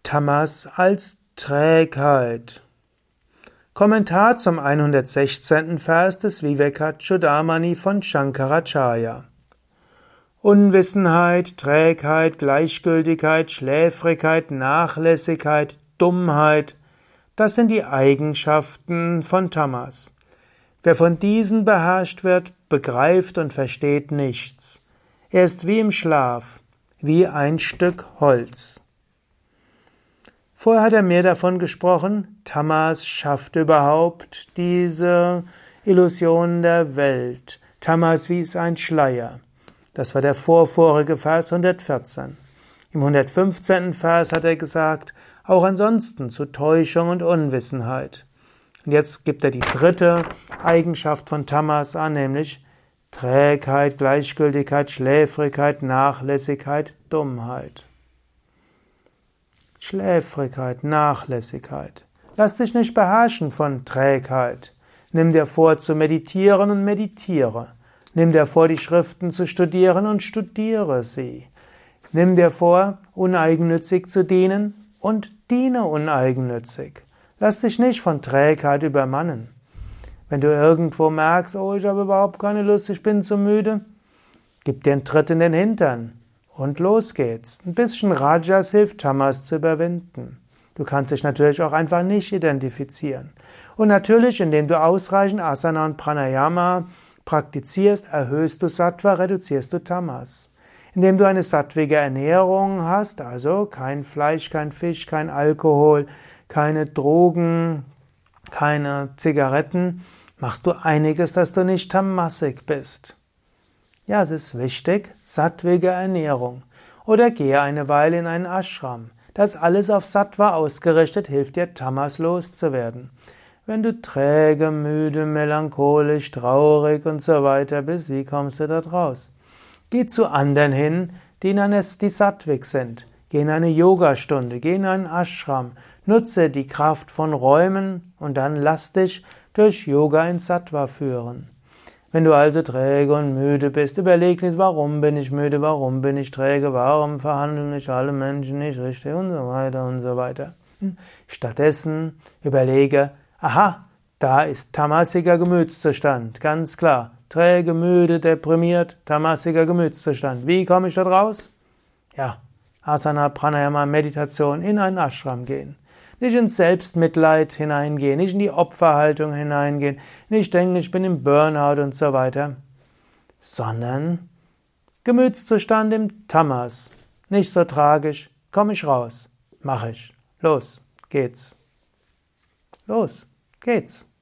Tamas als Trägheit. Kommentar zum 116. Vers des Vivekachudamani von Shankaracharya. Unwissenheit, Trägheit, Gleichgültigkeit, Schläfrigkeit, Nachlässigkeit, Dummheit, das sind die Eigenschaften von Tamas. Wer von diesen beherrscht wird, begreift und versteht nichts. Er ist wie im Schlaf, wie ein Stück Holz. Vorher hat er mehr davon gesprochen, Tamas schafft überhaupt diese Illusion der Welt. Tamas wie ein Schleier. Das war der vorvorige Vers 114. Im 115. Vers hat er gesagt, auch ansonsten zu Täuschung und Unwissenheit. Und jetzt gibt er die dritte Eigenschaft von Tamas an, nämlich Trägheit, Gleichgültigkeit, Schläfrigkeit, Nachlässigkeit, Dummheit. Schläfrigkeit, Nachlässigkeit. Lass dich nicht beherrschen von Trägheit. Nimm dir vor zu meditieren und meditiere. Nimm dir vor, die Schriften zu studieren und studiere sie. Nimm dir vor, uneigennützig zu dienen und diene uneigennützig. Lass dich nicht von Trägheit übermannen. Wenn du irgendwo merkst, oh, ich habe überhaupt keine Lust, ich bin zu müde, gib dir einen Tritt in den Hintern und los geht's. Ein bisschen Rajas hilft, Tamas zu überwinden. Du kannst dich natürlich auch einfach nicht identifizieren. Und natürlich, indem du ausreichend Asana und Pranayama praktizierst, erhöhst du Sattva, reduzierst du Tamas. Indem du eine sattwige Ernährung hast, also kein Fleisch, kein Fisch, kein Alkohol, keine Drogen, keine Zigaretten, machst du einiges, dass du nicht tamasig bist. Ja, es ist wichtig, sattwige Ernährung. Oder gehe eine Weile in einen Ashram. Das alles auf Sattva ausgerichtet hilft dir, Tamas loszuwerden. Wenn du träge, müde, melancholisch, traurig und so weiter bist, wie kommst du da raus? Geh zu anderen hin, die sattwig sind. Geh in eine Yogastunde, geh in einen Ashram. Nutze die Kraft von Räumen und dann lass dich durch Yoga in Sattva führen. Wenn du also träge und müde bist, überleg nicht, warum bin ich müde, warum bin ich träge, warum verhandeln nicht alle Menschen nicht richtig und so weiter und so weiter. Stattdessen überlege, aha, da ist tamasiger Gemütszustand, ganz klar. Träge, müde, deprimiert, tamasiger Gemütszustand. Wie komme ich da raus? Ja, Asana, Pranayama, Meditation, in einen Ashram gehen. Nicht ins Selbstmitleid hineingehen, nicht in die Opferhaltung hineingehen, nicht denken, ich bin im Burnout und so weiter, sondern Gemütszustand im Tamas. Nicht so tragisch, komm ich raus, mach ich. Los, geht's. Los, geht's.